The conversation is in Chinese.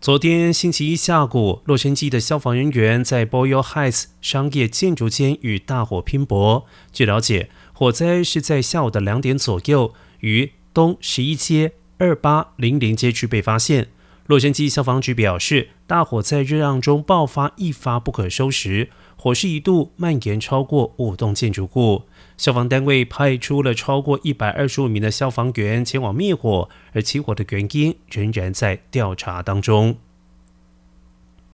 昨天星期一下午，洛杉矶的消防人员在 Boyle Heights 商业建筑间与大火拼搏。据了解，火灾是在下午的2点左右，于东11街2800街区被发现。洛杉矶消防局表示，大火在热浪中爆发，一发不可收拾，火势一度蔓延超过5栋建筑物。消防单位派出了超过125名的消防员前往灭火，而起火的原因仍然在调查当中。